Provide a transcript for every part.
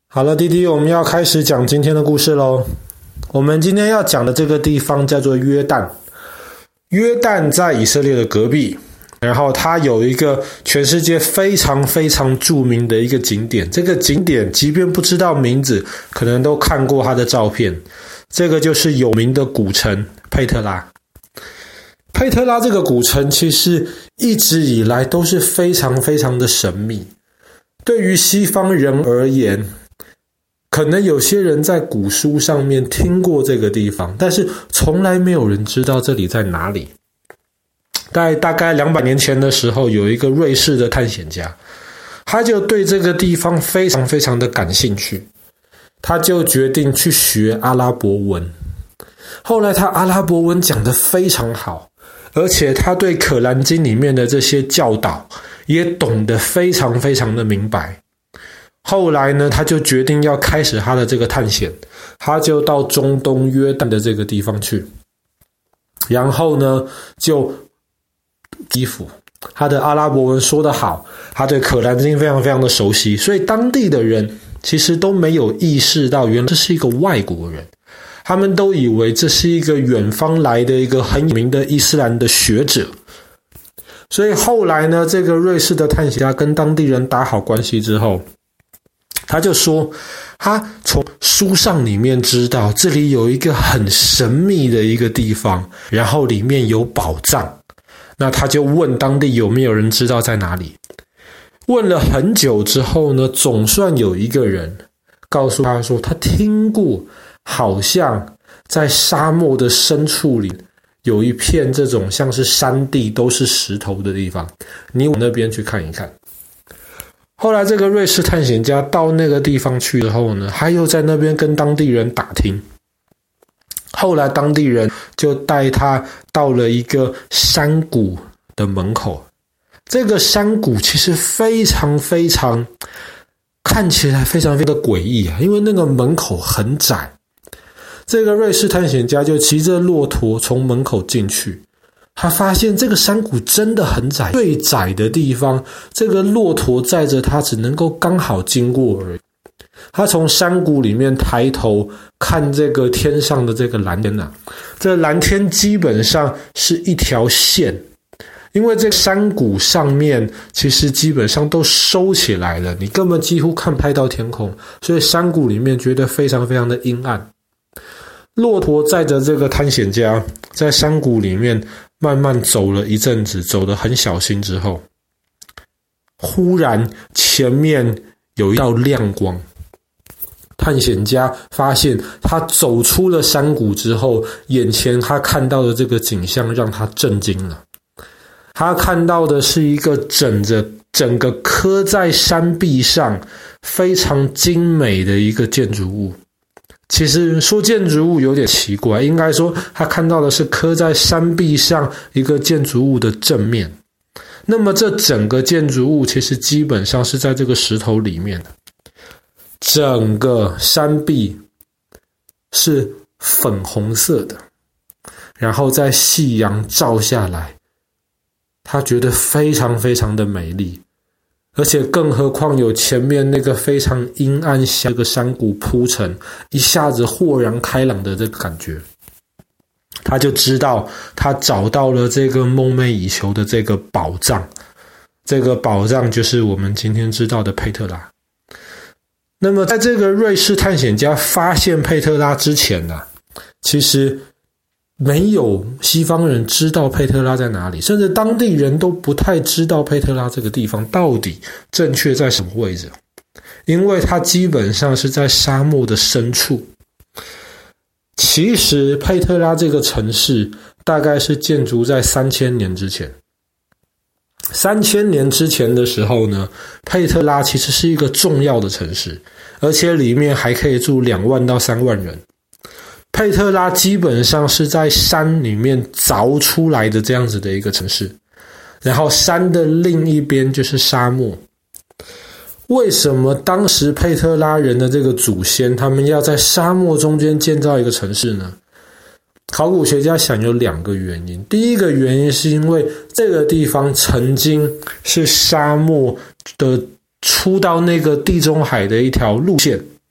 好了，弟弟，我们要开始讲今天的故事咯。我们今天要讲的这个地方叫做约旦。约旦在以色列的隔壁，然后它有一个全世界非常非常著名的一个景点。这个景点即便不知道名字，可能都看过它的照片。这个就是有名的古城佩特拉。佩特拉这个古城其实一直以来都是非常非常的神秘。对于西方人而言，可能有些人在古书上面听过这个地方，但是从来没有人知道这里在哪里。在大概200年前的时候，有一个瑞士的探险家，他就对这个地方非常非常的感兴趣，他就决定去学阿拉伯文。后来他阿拉伯文讲得非常好，而且他对可兰经里面的这些教导也懂得非常非常的明白。后来呢，他就决定要开始他的这个探险，他就到中东约旦的这个地方去，然后呢就衣服，他的阿拉伯文说得好，他对可兰经非常非常的熟悉，所以当地的人其实都没有意识到原来这是一个外国人，他们都以为这是一个远方来的一个很有名的伊斯兰的学者。所以后来呢，这个瑞士的探险家跟当地人打好关系之后，他就说他从书上里面知道这里有一个很神秘的一个地方，然后里面有宝藏。那他就问当地有没有人知道在哪里。问了很久之后呢，总算有一个人告诉他说，他听过好像在沙漠的深处里有一片这种像是山地都是石头的地方，你往那边去看一看。后来这个瑞士探险家到那个地方去之后呢，他又在那边跟当地人打听。后来当地人就带他到了一个山谷的门口。这个山谷其实非常非常看起来非常非常的诡异啊，因为那个门口很窄。这个瑞士探险家就骑着骆驼从门口进去，他发现这个山谷真的很窄，最窄的地方，这个骆驼载着他只能够刚好经过而已。他从山谷里面抬头看这个天上的这个蓝天啊，这蓝天基本上是一条线，因为这山谷上面其实基本上都收起来了，你根本几乎看不太到天空，所以山谷里面觉得非常非常的阴暗。骆驼载着这个探险家在山谷里面慢慢走了一阵子，走得很小心之后，忽然前面有一道亮光。探险家发现他走出了山谷之后，眼前他看到的这个景象让他震惊了。他看到的是一个整个刻在山壁上非常精美的一个建筑物。其实说建筑物有点奇怪，应该说他看到的是刻在山壁上一个建筑物的正面。那么这整个建筑物其实基本上是在这个石头里面的。整个山壁是粉红色的，然后在夕阳照下来，他觉得非常非常的美丽，而且更何况有前面那个非常阴暗这个山谷铺陈，一下子豁然开朗的这个感觉，他就知道他找到了这个梦寐以求的这个宝藏。这个宝藏就是我们今天知道的佩特拉。那么在这个瑞士探险家发现佩特拉之前呢，其实没有西方人知道佩特拉在哪里，甚至当地人都不太知道佩特拉这个地方到底正确在什么位置，因为它基本上是在沙漠的深处。其实佩特拉这个城市大概是建筑在3000年之前。3000年之前的时候呢，佩特拉其实是一个重要的城市，而且里面还可以住2万到3万人。佩特拉基本上是在山里面凿出来的这样子的一个城市，然后山的另一边就是沙漠。为什么当时佩特拉人的这个祖先他们要在沙漠中间建造一个城市呢？考古学家想有2个原因。第一个原因是因为这个地方曾经是沙漠的出到那个地中海的一条路线，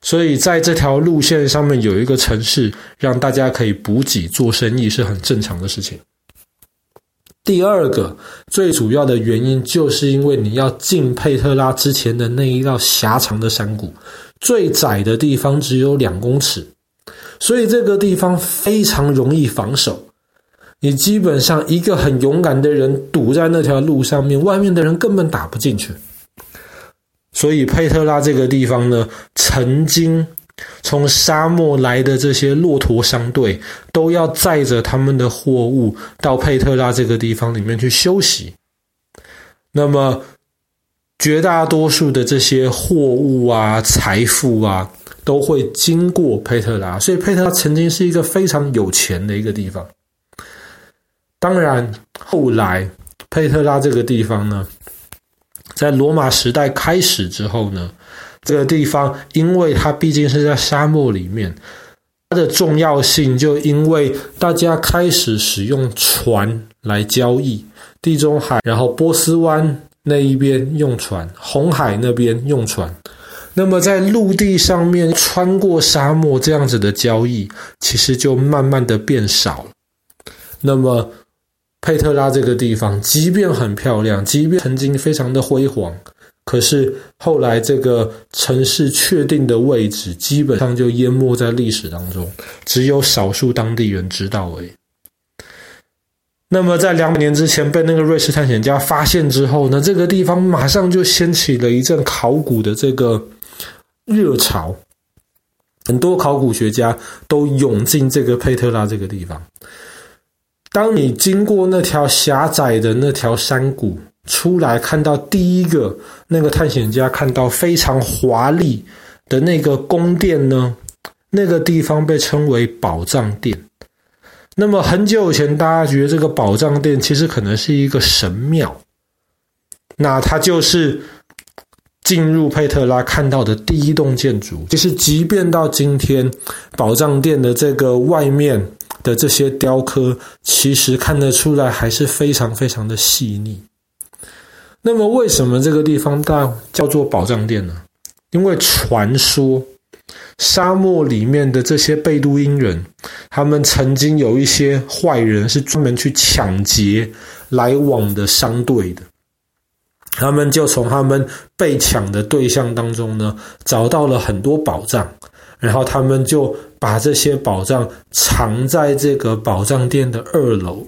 所以在这条路线上面有一个城市，让大家可以补给做生意是很正常的事情。第二个最主要的原因，就是因为你要进佩特拉之前的那一道狭长的山谷，最窄的地方只有2公尺，所以这个地方非常容易防守。你基本上一个很勇敢的人堵在那条路上面，外面的人根本打不进去。所以佩特拉这个地方呢，曾经从沙漠来的这些骆驼商队都要载着他们的货物到佩特拉这个地方里面去休息。那么绝大多数的这些货物啊、财富啊，都会经过佩特拉，所以佩特拉曾经是一个非常有钱的一个地方。当然后来佩特拉这个地方呢，在罗马时代开始之后呢，这个地方因为它毕竟是在沙漠里面，它的重要性就因为大家开始使用船来交易，地中海然后波斯湾那一边用船，红海那边用船，那么在陆地上面穿过沙漠这样子的交易其实就慢慢的变少了。那么佩特拉这个地方即便很漂亮，即便曾经非常的辉煌，可是后来这个城市确定的位置基本上就淹没在历史当中，只有少数当地人知道而已。那么在200年之前被那个瑞士探险家发现之后呢，这个地方马上就掀起了一阵考古的这个热潮，很多考古学家都涌进这个佩特拉这个地方。当你经过那条狭窄的那条山谷出来，看到第一个那个探险家看到非常华丽的那个宫殿呢，那个地方被称为宝藏殿。那么很久以前大家觉得这个宝藏殿其实可能是一个神庙，那它就是进入佩特拉看到的第一栋建筑。其实即便到今天，宝藏殿的这个外面的这些雕刻其实看得出来还是非常非常的细腻。那么为什么这个地方叫做宝藏殿呢？因为传说沙漠里面的这些贝都因人，他们曾经有一些坏人是专门去抢劫来往的商队的，他们就从他们被抢的对象当中呢，找到了很多宝藏，然后他们就把这些宝藏藏在这个宝藏殿的2楼。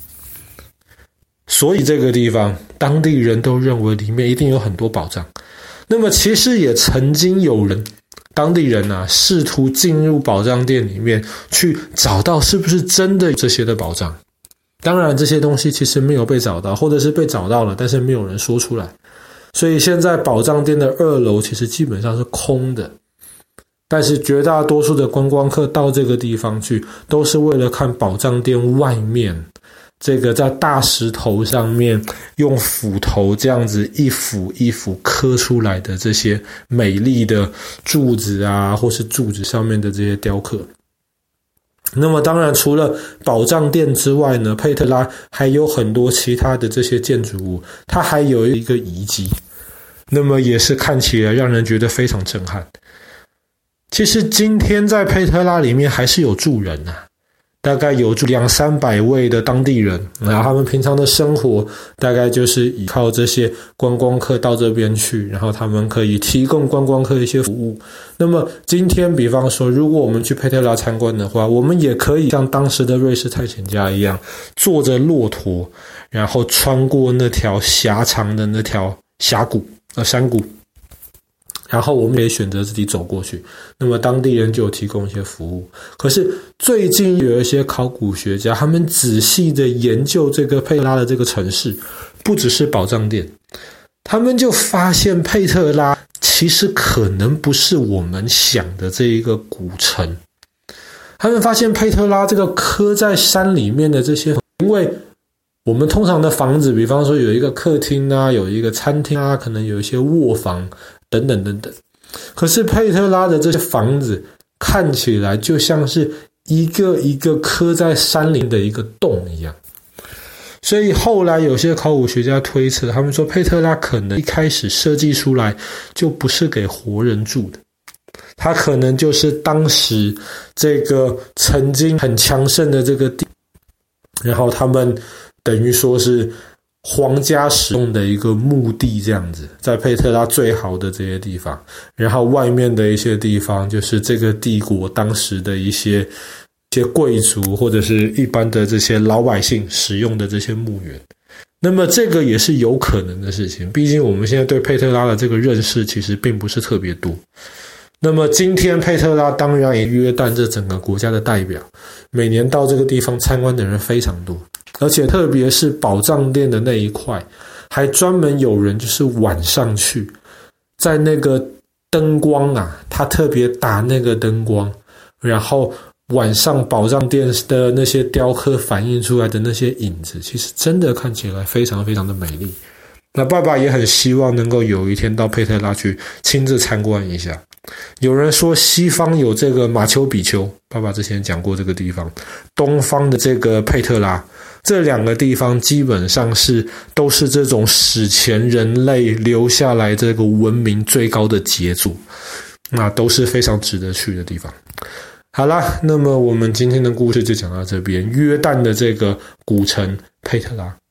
所以这个地方当地人都认为里面一定有很多宝藏。那么其实也曾经有当地人试图进入宝藏殿里面去找到是不是真的这些的宝藏。当然这些东西其实没有被找到，或者是被找到了，但是没有人说出来。所以现在宝藏殿的2楼其实基本上是空的。但是绝大多数的观光客到这个地方去，都是为了看宝藏殿外面这个在大石头上面用斧头这样子一斧一斧刻出来的这些美丽的柱子啊，或是柱子上面的这些雕刻。那么当然除了宝藏殿之外呢，佩特拉还有很多其他的这些建筑物，它还有一个遗迹，那么也是看起来让人觉得非常震撼。其实今天在佩特拉里面还是有住人大概有住200-300位的当地人，然后他们平常的生活大概就是依靠这些观光客到这边去，然后他们可以提供观光客一些服务。那么今天比方说如果我们去佩特拉参观的话，我们也可以像当时的瑞士探险家一样，坐着骆驼然后穿过那条狭长的那条峡谷山谷，然后我们可以选择自己走过去，那么当地人就有提供一些服务。可是最近有一些考古学家，他们仔细的研究这个佩特拉的这个城市，不只是宝藏殿，他们就发现佩特拉其实可能不是我们想的这一个古城。他们发现佩特拉这个刻在山里面的这些，因为我们通常的房子，比方说有一个客厅啊，有一个餐厅啊，可能有一些卧房等等等等。可是佩特拉的这些房子看起来就像是一个一个刻在山林的一个洞一样。所以后来有些考古学家推测，他们说佩特拉可能一开始设计出来就不是给活人住的， 它可能就是当时这个曾经很强盛的这个地，然后他们等于说是皇家使用的一个墓地这样子，在佩特拉最好的这些地方，然后外面的一些地方就是这个帝国当时的一些贵族或者是一般的这些老百姓使用的这些墓园。那么这个也是有可能的事情，毕竟我们现在对佩特拉的这个认识其实并不是特别多。那么今天佩特拉当然也约旦这整个国家的代表，每年到这个地方参观的人非常多，而且特别是宝藏殿的那一块，还专门有人就是晚上去，在那个灯光啊，他特别打那个灯光，然后晚上宝藏殿的那些雕刻反映出来的那些影子，其实真的看起来非常非常的美丽。那爸爸也很希望能够有一天到佩特拉去亲自参观一下。有人说西方有这个马丘比丘，爸爸之前讲过这个地方，东方的这个佩特拉，这两个地方基本上都是这种史前人类留下来这个文明最高的杰作，那都是非常值得去的地方。好啦，那么我们今天的故事就讲到这边，约旦的这个古城佩特拉。